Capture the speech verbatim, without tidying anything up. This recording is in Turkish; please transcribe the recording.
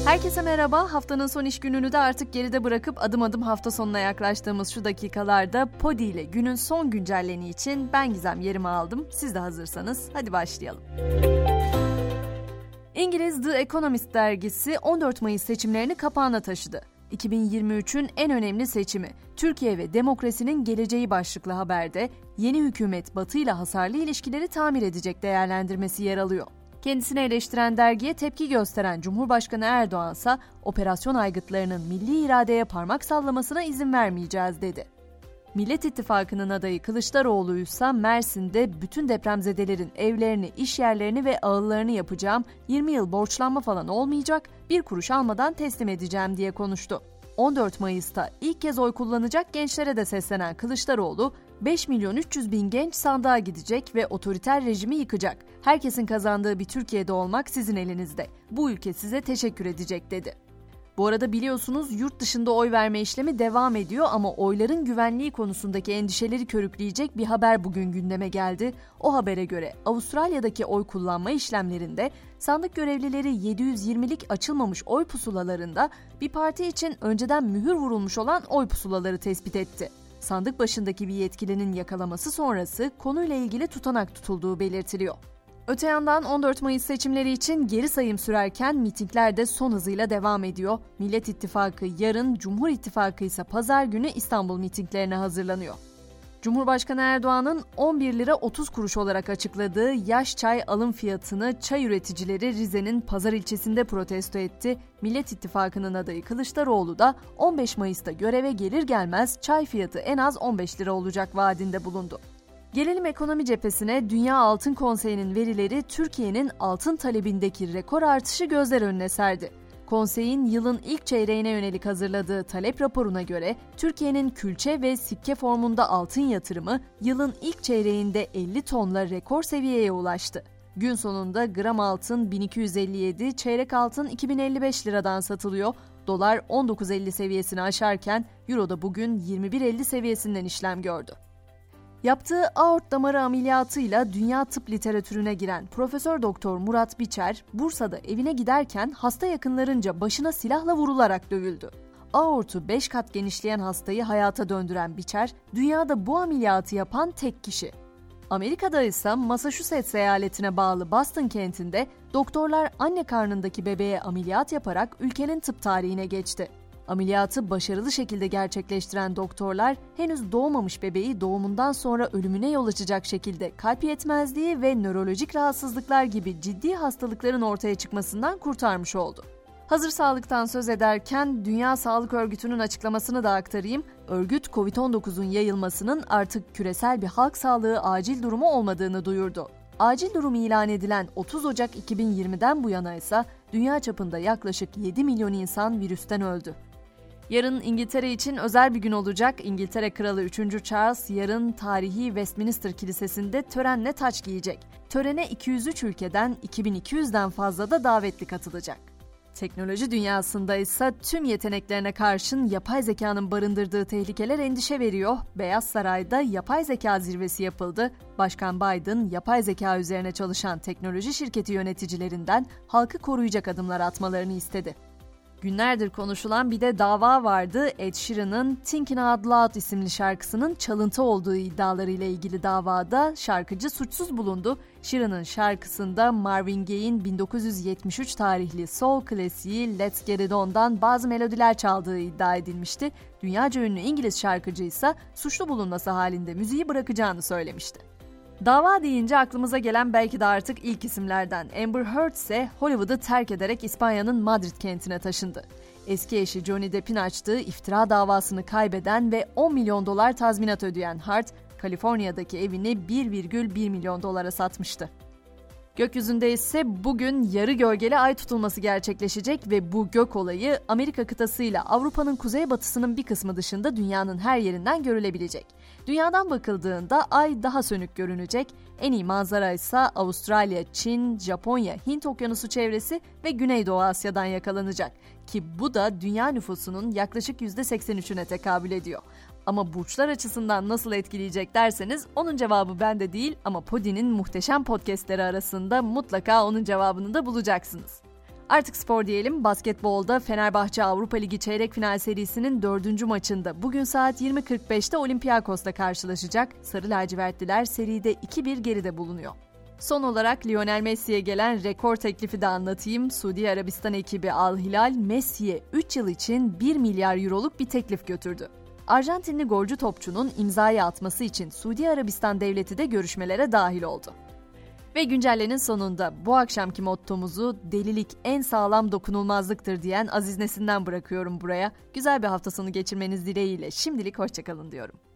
Herkese merhaba. Haftanın son iş gününü de artık geride bırakıp adım adım hafta sonuna yaklaştığımız şu dakikalarda Podi ile günün son güncelleni için ben Gizem yerimi aldım. Siz de hazırsanız hadi başlayalım. İngiliz The Economist dergisi on dört Mayıs seçimlerini kapağına taşıdı. iki bin yirmi üçün en önemli seçimi, Türkiye ve demokrasinin geleceği başlıklı haberde yeni hükümet Batı ile hasarlı ilişkileri tamir edecek değerlendirmesi yer alıyor. Kendisini eleştiren dergiye tepki gösteren Cumhurbaşkanı Erdoğan ise operasyon aygıtlarının milli iradeye parmak sallamasına izin vermeyeceğiz dedi. Millet İttifakı'nın adayı Kılıçdaroğlu ise Mersin'de bütün depremzedelerin evlerini, iş yerlerini ve ağıllarını yapacağım, yirmi yıl borçlanma falan olmayacak, bir kuruş almadan teslim edeceğim diye konuştu. on dört Mayıs'ta ilk kez oy kullanacak gençlere de seslenen Kılıçdaroğlu, beş milyon üç yüz bin genç sandığa gidecek ve otoriter rejimi yıkacak. Herkesin kazandığı bir Türkiye'de olmak sizin elinizde. Bu ülke size teşekkür edecek dedi. Bu arada biliyorsunuz yurt dışında oy verme işlemi devam ediyor ama oyların güvenliği konusundaki endişeleri körükleyecek bir haber bugün gündeme geldi. O habere göre Avustralya'daki oy kullanma işlemlerinde sandık görevlileri yedi yüz yirmilik açılmamış oy pusulalarında bir parti için önceden mühür vurulmuş olan oy pusulaları tespit etti. Sandık başındaki bir yetkilinin yakalaması sonrası konuyla ilgili tutanak tutulduğu belirtiliyor. Öte yandan on dört Mayıs seçimleri için geri sayım sürerken mitingler de son hızıyla devam ediyor. Millet İttifakı yarın, Cumhur İttifakı ise pazar günü İstanbul mitinglerine hazırlanıyor. Cumhurbaşkanı Erdoğan'ın on bir lira otuz kuruş olarak açıkladığı yaş çay alım fiyatını çay üreticileri Rize'nin Pazar ilçesinde protesto etti. Millet İttifakı'nın adayı Kılıçdaroğlu da on beş Mayıs'ta göreve gelir gelmez çay fiyatı en az on beş lira olacak vaadinde bulundu. Gelelim ekonomi cephesine. Dünya Altın Konseyi'nin verileri Türkiye'nin altın talebindeki rekor artışı gözler önüne serdi. Konseyin yılın ilk çeyreğine yönelik hazırladığı talep raporuna göre Türkiye'nin külçe ve sikke formunda altın yatırımı yılın ilk çeyreğinde elli tonla rekor seviyeye ulaştı. Gün sonunda gram altın bin iki yüz elli yedi, çeyrek altın iki bin elli beş liradan satılıyor. Dolar on dokuz elli seviyesini aşarken Euro da bugün yirmi bir elli seviyesinden işlem gördü. Yaptığı aort damarı ameliyatıyla dünya tıp literatürüne giren Profesör Doktor Murat Biçer, Bursa'da evine giderken hasta yakınlarınca başına silahla vurularak dövüldü. Aortu beş kat genişleyen hastayı hayata döndüren Biçer, dünyada bu ameliyatı yapan tek kişi. Amerika'da ise Massachusetts eyaletine bağlı Boston kentinde doktorlar anne karnındaki bebeğe ameliyat yaparak ülkenin tıp tarihine geçti. Ameliyatı başarılı şekilde gerçekleştiren doktorlar henüz doğmamış bebeği doğumundan sonra ölümüne yol açacak şekilde kalp yetmezliği ve nörolojik rahatsızlıklar gibi ciddi hastalıkların ortaya çıkmasından kurtarmış oldu. Hazır sağlıktan söz ederken Dünya Sağlık Örgütü'nün açıklamasını da aktarayım. Örgüt, kovid on dokuzun yayılmasının artık küresel bir halk sağlığı acil durumu olmadığını duyurdu. Acil durum ilan edilen otuz Ocak iki bin yirmiden bu yana ise dünya çapında yaklaşık yedi milyon insan virüsten öldü. Yarın İngiltere için özel bir gün olacak. İngiltere Kralı üçüncü Charles yarın tarihi Westminster Kilisesi'nde törenle taç giyecek. Törene iki yüz üç ülkeden iki bin iki yüzden fazla da davetli katılacak. Teknoloji dünyasında ise tüm yeteneklerine karşın yapay zekanın barındırdığı tehlikeler endişe veriyor. Beyaz Saray'da yapay zeka zirvesi yapıldı. Başkan Biden, yapay zeka üzerine çalışan teknoloji şirketi yöneticilerinden halkı koruyacak adımlar atmalarını istedi. Günlerdir konuşulan bir de dava vardı. Ed Sheeran'ın Thinking Out Loud isimli şarkısının çalıntı olduğu iddialarıyla ilgili davada şarkıcı suçsuz bulundu. Sheeran'ın şarkısında Marvin Gaye'in bin dokuz yüz yetmiş üç tarihli soul klasiği Let's Get It On'dan bazı melodiler çaldığı iddia edilmişti. Dünyaca ünlü İngiliz şarkıcı ise suçlu bulunması halinde müziği bırakacağını söylemişti. Dava deyince aklımıza gelen belki de artık ilk isimlerden Amber Heard ise Hollywood'u terk ederek İspanya'nın Madrid kentine taşındı. Eski eşi Johnny Depp'in açtığı iftira davasını kaybeden ve on milyon dolar tazminat ödeyen Heard, Kaliforniya'daki evini bir virgül bir milyon dolara satmıştı. Gökyüzünde ise bugün yarı gölgeli ay tutulması gerçekleşecek ve bu gök olayı Amerika kıtasıyla Avrupa'nın kuzeybatısının bir kısmı dışında dünyanın her yerinden görülebilecek. Dünyadan bakıldığında ay daha sönük görünecek. En iyi manzara ise Avustralya, Çin, Japonya, Hint Okyanusu çevresi ve Güneydoğu Asya'dan yakalanacak. Ki bu da dünya nüfusunun yaklaşık yüzde seksen üçüne tekabül ediyor. Ama burçlar açısından nasıl etkileyecek derseniz onun cevabı bende değil ama Podi'nin muhteşem podcastleri arasında mutlaka onun cevabını da bulacaksınız. Artık spor diyelim. Basketbolda Fenerbahçe Avrupa Ligi çeyrek final serisinin dördüncü maçında bugün saat yirmi kırk beşte Olympiakos'la karşılaşacak. Sarı lacivertliler seride iki bir geride bulunuyor. Son olarak Lionel Messi'ye gelen rekor teklifi de anlatayım. Suudi Arabistan ekibi Al Hilal, Messi'ye üç yıl için bir milyar euroluk bir teklif götürdü. Arjantinli golcü topçunun imzayı atması için Suudi Arabistan devleti de görüşmelere dahil oldu. Ve güncellenin sonunda bu akşamki mottomuzu "Delilik en sağlam dokunulmazlıktır" diyen Aziz Nesin'den bırakıyorum buraya. Güzel bir hafta sonu geçirmeniz dileğiyle şimdilik hoşçakalın diyorum.